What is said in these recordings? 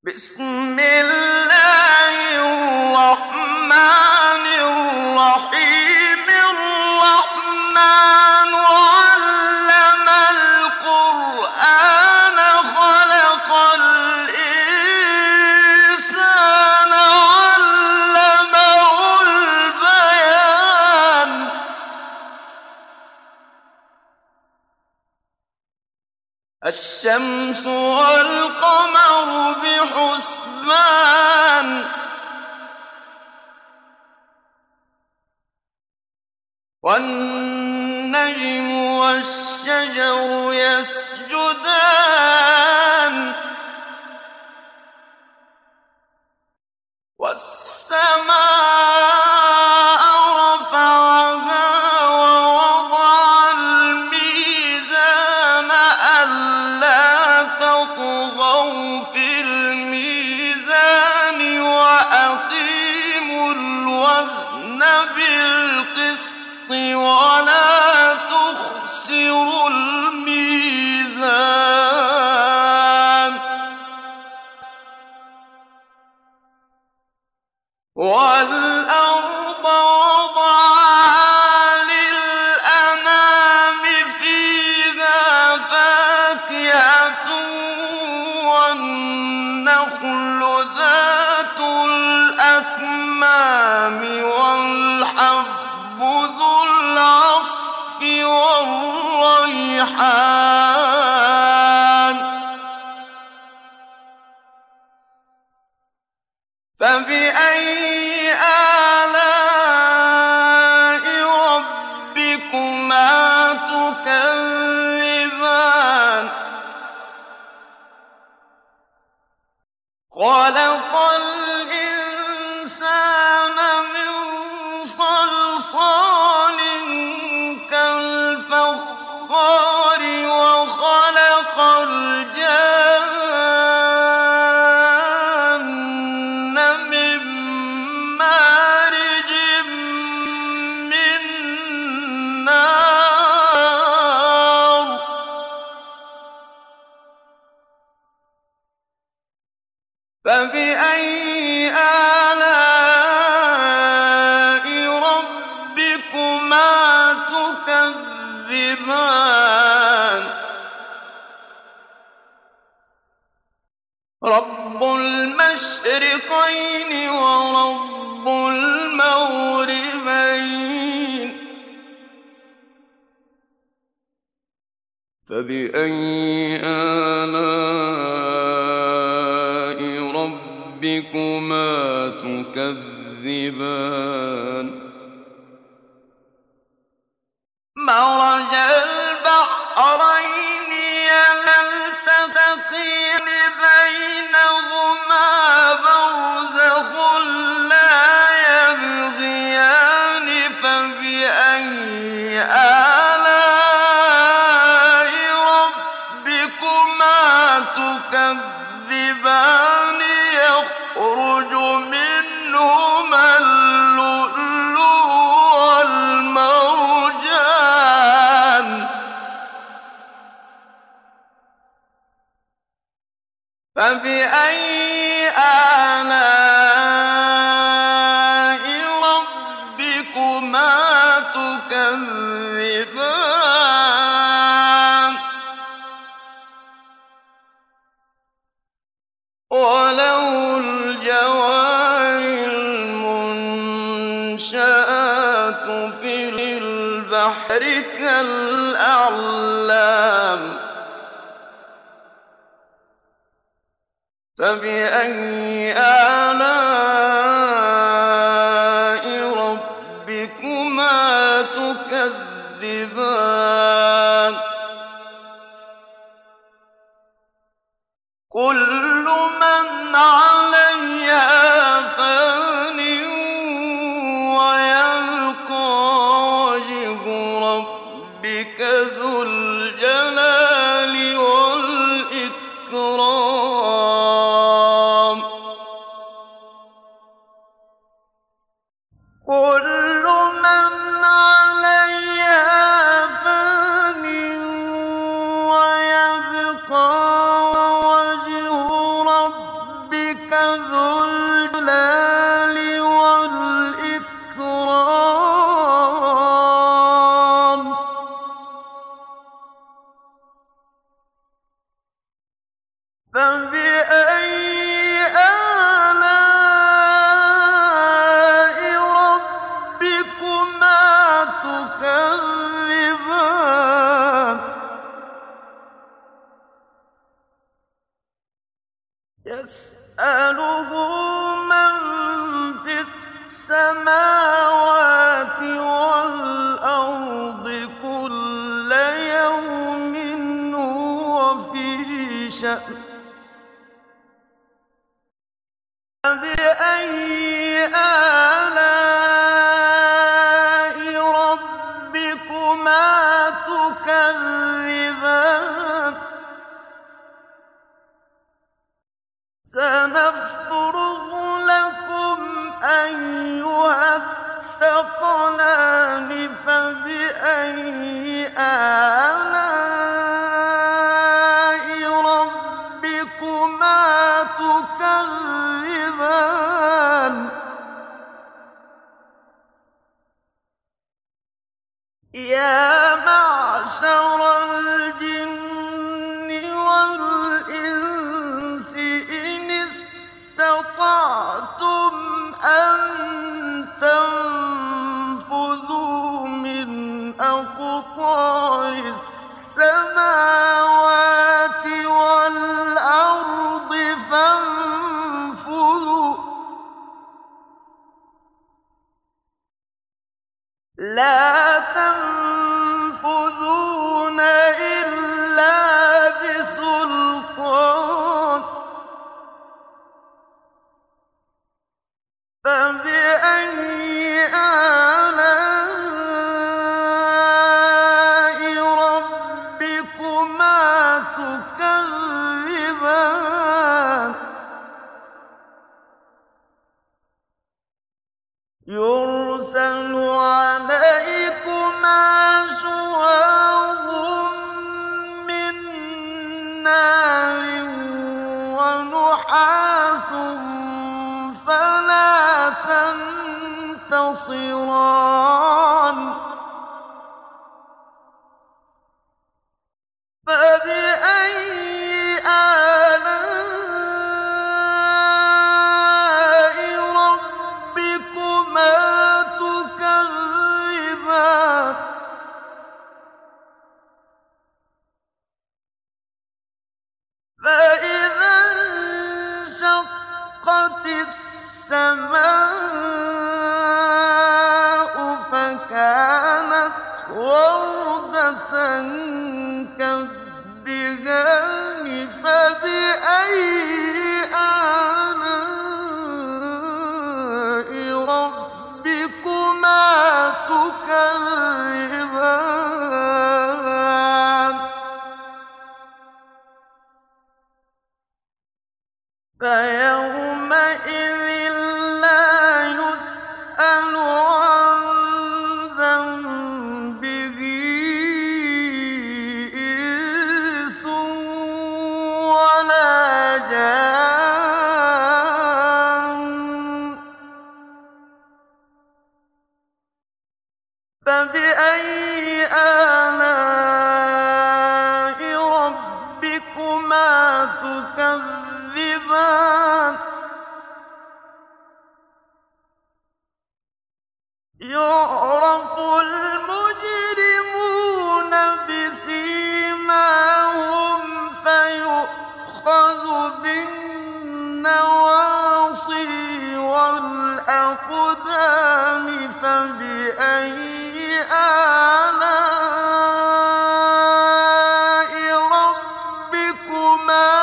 بسم الله الرحمن الرحيم الرحمن علم القرآن خلق الإنسان علمه البيان الشمس والقمر بحسبان والنجم والشجر يسجدان والسماء رفعها ووضع الميزان ألا تطغوا في الميزان وأقيموا الوزن بالقسط ولا تخسروا الميزان والأرض وضعها للأنام فيها فاكهة والنخل ذات الأكمام والحب ذو العصف والريحان فبأي آلاء ربكما تكذبان خلق الإنسان من صلصال كالفخار وخلق الجن من مارج من نار فبأي آلاء ربكما تكذبان رب المشرقين ورب المغربين فبأي آلاء ربكما تكذبان مرج البحرين يلتقيان بينهما برزخ لا يبغيان فبأي آلاء ربكما تكذبان يخرج منهما اللؤلؤ والمرجان فبأي آلاء ربكما تكذبان وله الجوار المنشآت في البحر كالأعلام فبأي آلاء ربكما تكذبان كل من عليها فان ويبقى وجه ربك ذو الجلال والإكرام كل من عليها فان ويبقى وجه ربك ذو الجلال والإكرام فبأي آلاء ربكما تكذبان يسأله من في السماوات والأرض كل يوم هو في شأن فبأي آلاء ربكما تكذبان سنفرغ لكم أيها الثقلان فبأي آلاء ربكما تكذبان يا معشر الجن والإنس إن استطعتم أن تنفذوا من أقطار السماوات والأرض فانفذوا لا تنفذون إلا بسلطان فبأي آلاء ربكما تكذبان يرسل عليكما شواظ من نار ونحاس فلا تنتصران فبأي آلاء ربكما تكذبان فإذا انشقت السماء فكانت وردة كالدهان فبأي آلاء ربكما تكذبان فيومئذ لا يسأل عن ذنبه إنس ولا جان فبأي آلاء ربكما تكذبان يعرف المجرمون بسيماهم فيؤخذ بالنواصي والأقدام فبأي آلاء ربكما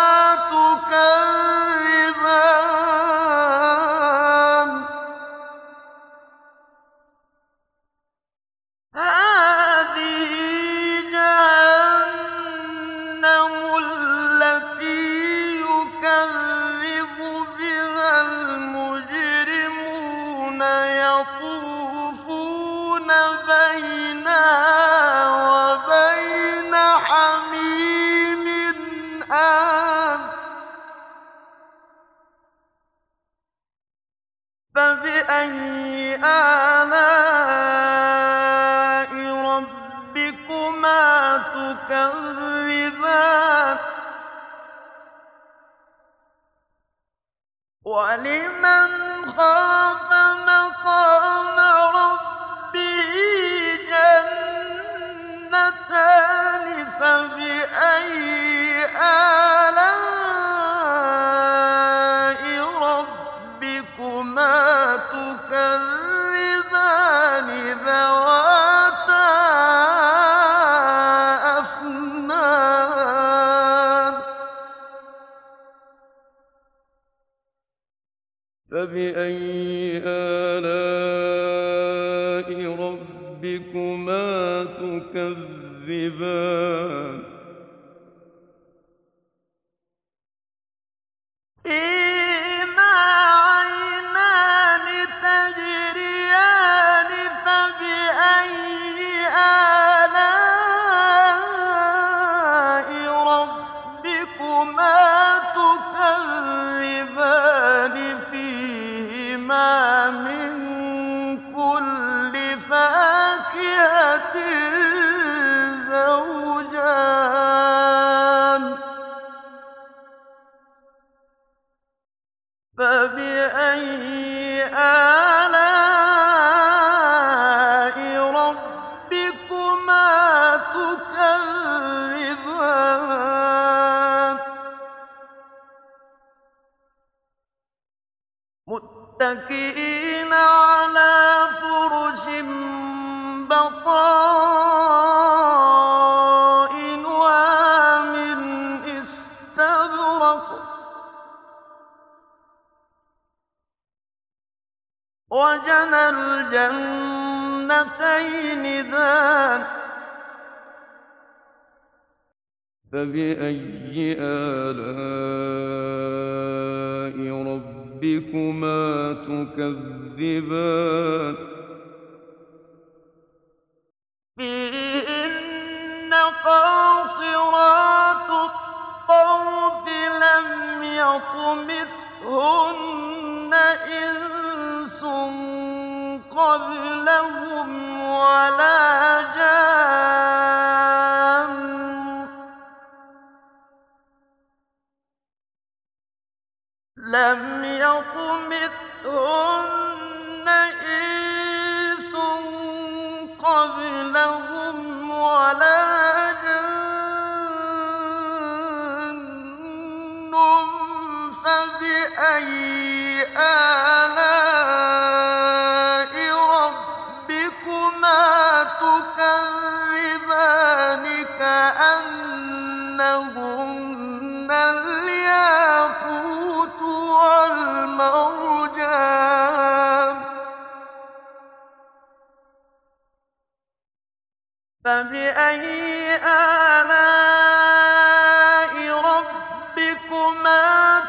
تكذبان فبأي آلاء ربكما تكذبان ولمن خاف مقام ربه جنتان فبأي آلاء ربكما تكذبان ذواتا أفنان فبأي آلاء ربكما تكذبان فيهما عينان تجريان فبأي آلاء ربكما تكذبان فيهما من كل فاكهة زوجان فبأي آلاء ربكما تكذبان متكئين على فرش بطائنها من استبرق وجنى الجنتين دان فبأي آلاء ربكما تكذبان فيهن قاصرات الطرف لم يطمثهن إنس قبلهم ولا جان لم يطمثهن إنس قبلهم ولا جان فبأي آلاء ربكما تكذبان كأنهن الياقوت والمرجان فبأي آلاء ربكما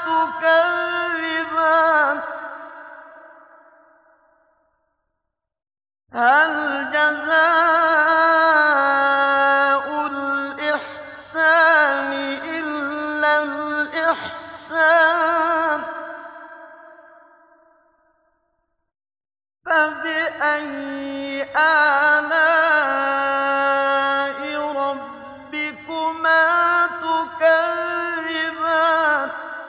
تكذبان هل جزاء الإحسان إلا الإحسان فبأي آلاء ربكما تكذبان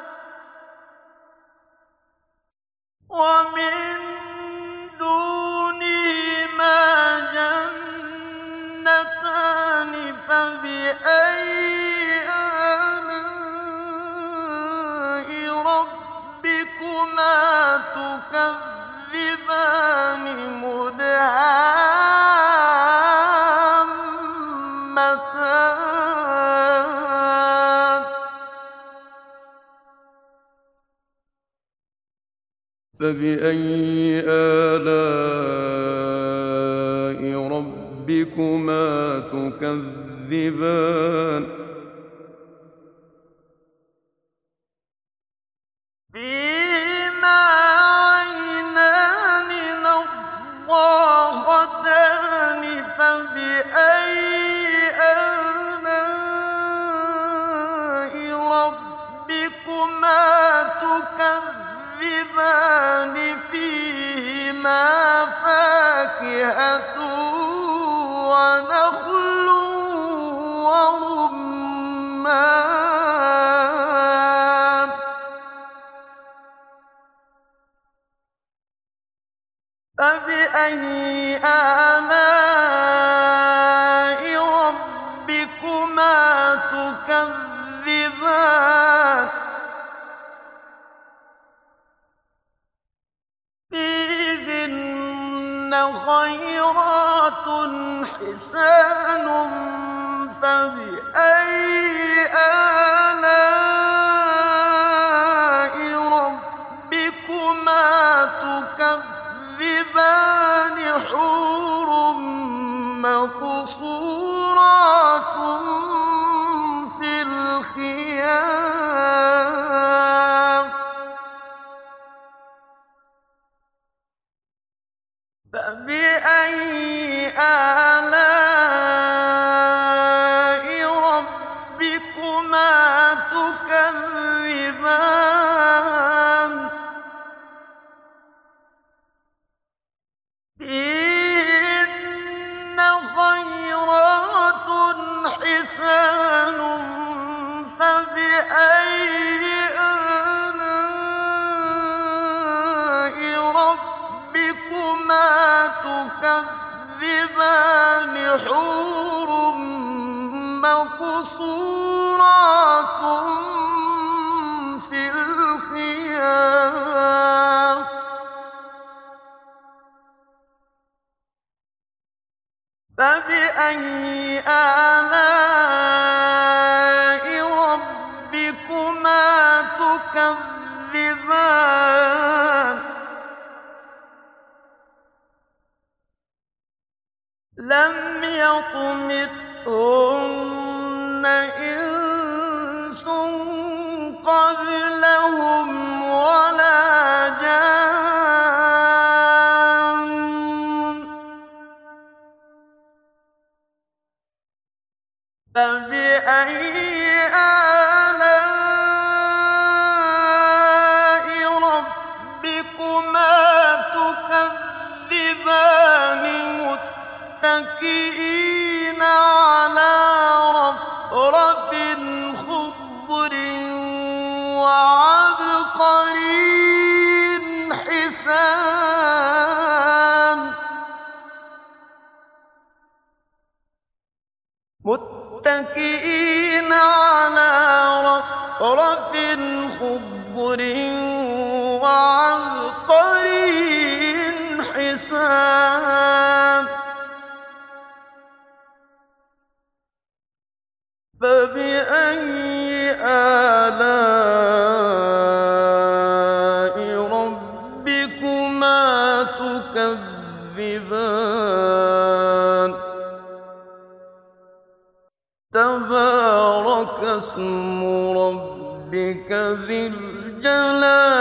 ومن دونهما جنتان فبأي آلاء ربكما تكذبان مدهامتان فبأي آلاء ربكما تكذبان فيهما عينان نضاختان فبأي آلاء ربكما تكذبان فيهما فيهما فاكهة ونخل ورمان فبأي آلاء ربكما تكذبان فيهن خيرات حسان فبأي آلاء ربكما تكذبان حور مقصورات في الخيام فبأي آلاء ربكما تكذبان فيهن خيرات حسان فبأي آلاء ربكما تكذبان حور مقصورات في الخيام فبأي آلاء ربكما تكذبان لم يطمثهن إنس قبلهم ولا جان فبأي آلاء ربكما تكذبان متكئين على رفرف خضر وعبقري حسان متكئين على رفرف خضر وعبقري حسان فبأي آلاء ربكما تكذبان تبارك اسم ربك ذي الجلال